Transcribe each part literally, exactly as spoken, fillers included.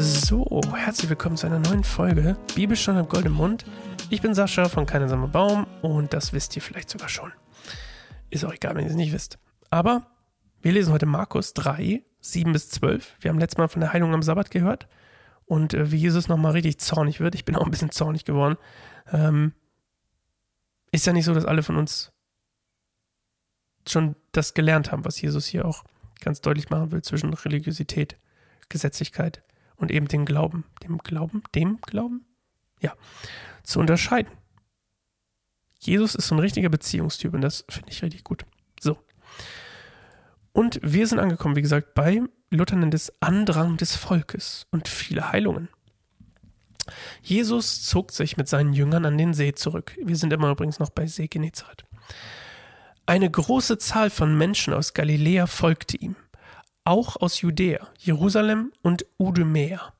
So, herzlich willkommen zu einer neuen Folge Bibelstunde am Goldenen Mund. Ich bin Sascha von Kein einsamer Baum und das wisst ihr vielleicht sogar schon. Ist auch egal, wenn ihr es nicht wisst. Aber wir lesen heute Markus drei, sieben bis zwölf. Wir haben letztes Mal von der Heilung am Sabbat gehört und äh, wie Jesus nochmal richtig zornig wird. Ich bin auch ein bisschen zornig geworden. Ähm, ist ja nicht so, dass alle von uns schon das gelernt haben, was Jesus hier auch ganz deutlich machen will zwischen Religiosität, Gesetzlichkeit und eben dem Glauben, dem Glauben, dem Glauben, ja, zu unterscheiden. Jesus ist so ein richtiger Beziehungstyp und das finde ich richtig gut. So. Und wir sind angekommen, wie gesagt, bei Luther nennt es Andrang des Volkes und viele Heilungen. Jesus zog sich mit seinen Jüngern an den See zurück. Wir sind immer übrigens noch bei See Genezareth. Eine große Zahl von Menschen aus Galiläa folgte ihm. Auch aus Judäa, Jerusalem und Idumea.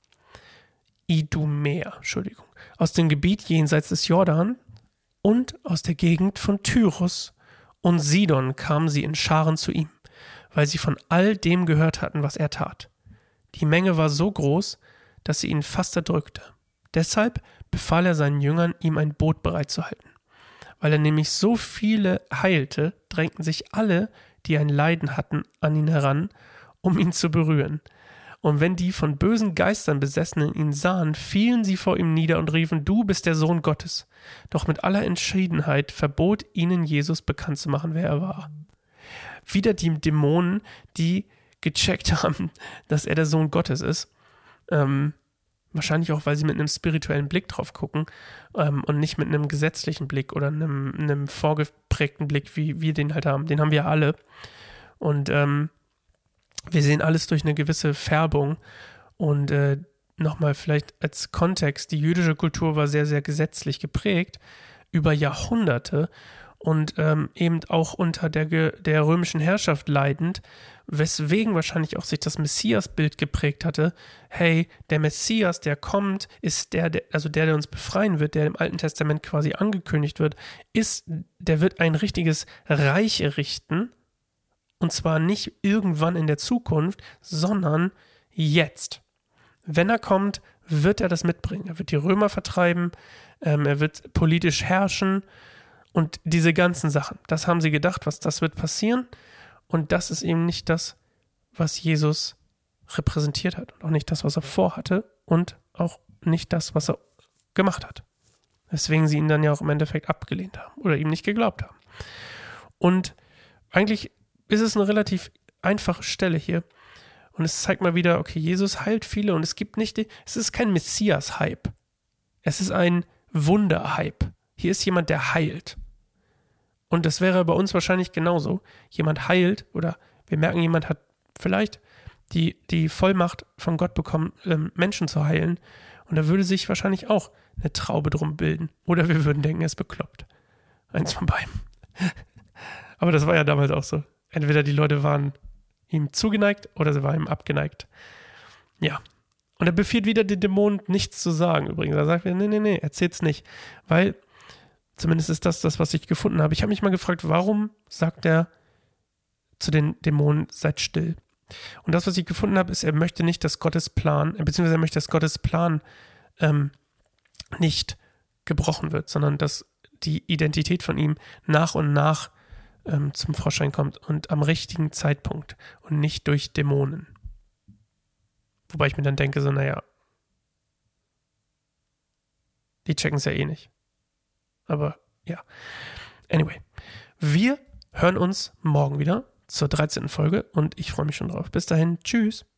Idumea, Entschuldigung. Aus dem Gebiet jenseits des Jordan und aus der Gegend von Tyrus und Sidon kamen sie in Scharen zu ihm, weil sie von all dem gehört hatten, was er tat. Die Menge war so groß, dass sie ihn fast erdrückte. Deshalb befahl er seinen Jüngern, ihm ein Boot bereitzuhalten. Weil er nämlich so viele heilte, drängten sich alle, die ein Leiden hatten, an ihn heran, um ihn zu berühren. Und wenn die von bösen Geistern Besessenen ihn sahen, fielen sie vor ihm nieder und riefen, du bist der Sohn Gottes. Doch mit aller Entschiedenheit verbot ihnen Jesus bekannt zu machen, wer er war. Wieder die Dämonen, die gecheckt haben, dass er der Sohn Gottes ist. Ähm, wahrscheinlich auch, weil sie mit einem spirituellen Blick drauf gucken ähm, und nicht mit einem gesetzlichen Blick oder einem, einem vorgeprägten Blick, wie wir den halt haben. Den haben wir alle. Und ähm, wir sehen alles durch eine gewisse Färbung und äh, nochmal vielleicht als Kontext, die jüdische Kultur war sehr, sehr gesetzlich geprägt, über Jahrhunderte und ähm, eben auch unter der, der römischen Herrschaft leidend, weswegen wahrscheinlich auch sich das Messias-Bild geprägt hatte. Hey, der Messias, der kommt, ist der, der, also der, der uns befreien wird, der im Alten Testament quasi angekündigt wird, ist, der wird ein richtiges Reich errichten. Und zwar nicht irgendwann in der Zukunft, sondern jetzt. Wenn er kommt, wird er das mitbringen. Er wird die Römer vertreiben, ähm, er wird politisch herrschen und diese ganzen Sachen. Das haben sie gedacht, was das wird passieren. Und das ist eben nicht das, was Jesus repräsentiert hat. Und auch nicht das, was er vorhatte und auch nicht das, was er gemacht hat. Weswegen sie ihn dann ja auch im Endeffekt abgelehnt haben oder ihm nicht geglaubt haben. Und eigentlich ist es eine relativ einfache Stelle hier. Und es zeigt mal wieder, okay, Jesus heilt viele und es gibt nicht, es ist kein Messias-Hype. Es ist ein Wunder-Hype. Hier ist jemand, der heilt. Und das wäre bei uns wahrscheinlich genauso. Jemand heilt oder wir merken, jemand hat vielleicht die, die Vollmacht von Gott bekommen, ähm, Menschen zu heilen. Und da würde sich wahrscheinlich auch eine Traube drum bilden. Oder wir würden denken, er ist bekloppt. Eins von beiden. Aber das war ja damals auch so. Entweder die Leute waren ihm zugeneigt oder sie waren ihm abgeneigt. Ja. Und er befiehlt wieder den Dämonen, nichts zu sagen übrigens. Er sagt wieder, nee, nee, nee, erzähl's nicht. Weil, zumindest ist das das, was ich gefunden habe. Ich habe mich mal gefragt, warum sagt er zu den Dämonen, seid still? Und das, was ich gefunden habe, ist, er möchte nicht, dass Gottes Plan, beziehungsweise er möchte, dass Gottes Plan ähm, nicht gebrochen wird, sondern dass die Identität von ihm nach und nach zum Vorschein kommt und am richtigen Zeitpunkt und nicht durch Dämonen. Wobei ich mir dann denke, so, naja, die checken es ja eh nicht. Aber ja. Anyway, wir hören uns morgen wieder zur dreizehnten Folge und ich freue mich schon drauf. Bis dahin, tschüss.